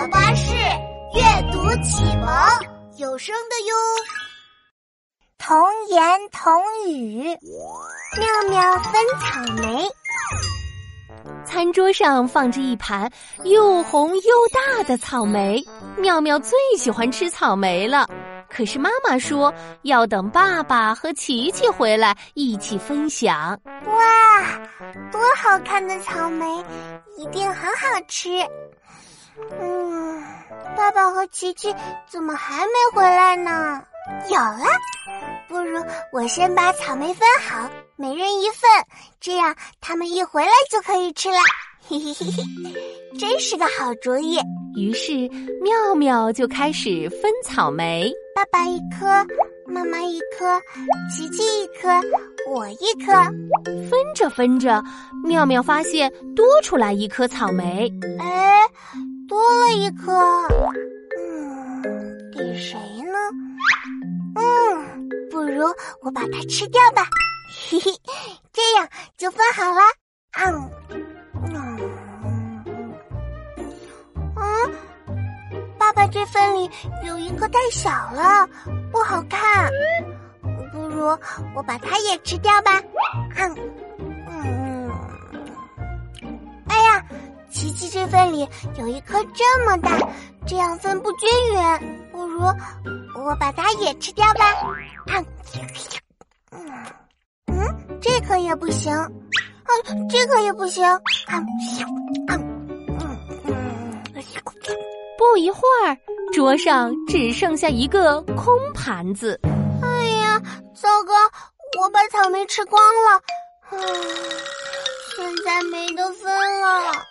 巴士阅读启蒙有声的哟。童言童语，妙妙分草莓。 餐桌上放着一盘又红又大的草莓，妙妙最喜欢吃草莓了。可是妈妈说要等爸爸和琪琪回来一起分享。 哇，多好看的草莓，一定很好吃。爸爸和琪琪怎么还没回来呢？有了，不如我先把草莓分好，每人一份，这样他们一回来就可以吃了。嘿嘿嘿嘿，真是个好主意。 于是妙妙就开始分草莓， 爸爸一颗，妈妈一颗，琪琪一颗，我一颗。 分着分着，妙妙发现多出来一颗草莓。 哎，多了一颗。给谁呢？不如我把它吃掉吧。嘿嘿，这样就分好了。爸爸这份里有一颗太小了，不好看。不如我把它也吃掉吧。哎呀，琪琪这份里有一颗这么大，这样分不均匀。不如我把它也吃掉吧。这颗也不行。这颗也不行。 不一会儿，桌上只剩下一个空盘子。 哎呀，糟糕，我把草莓吃光了。现在没得分了。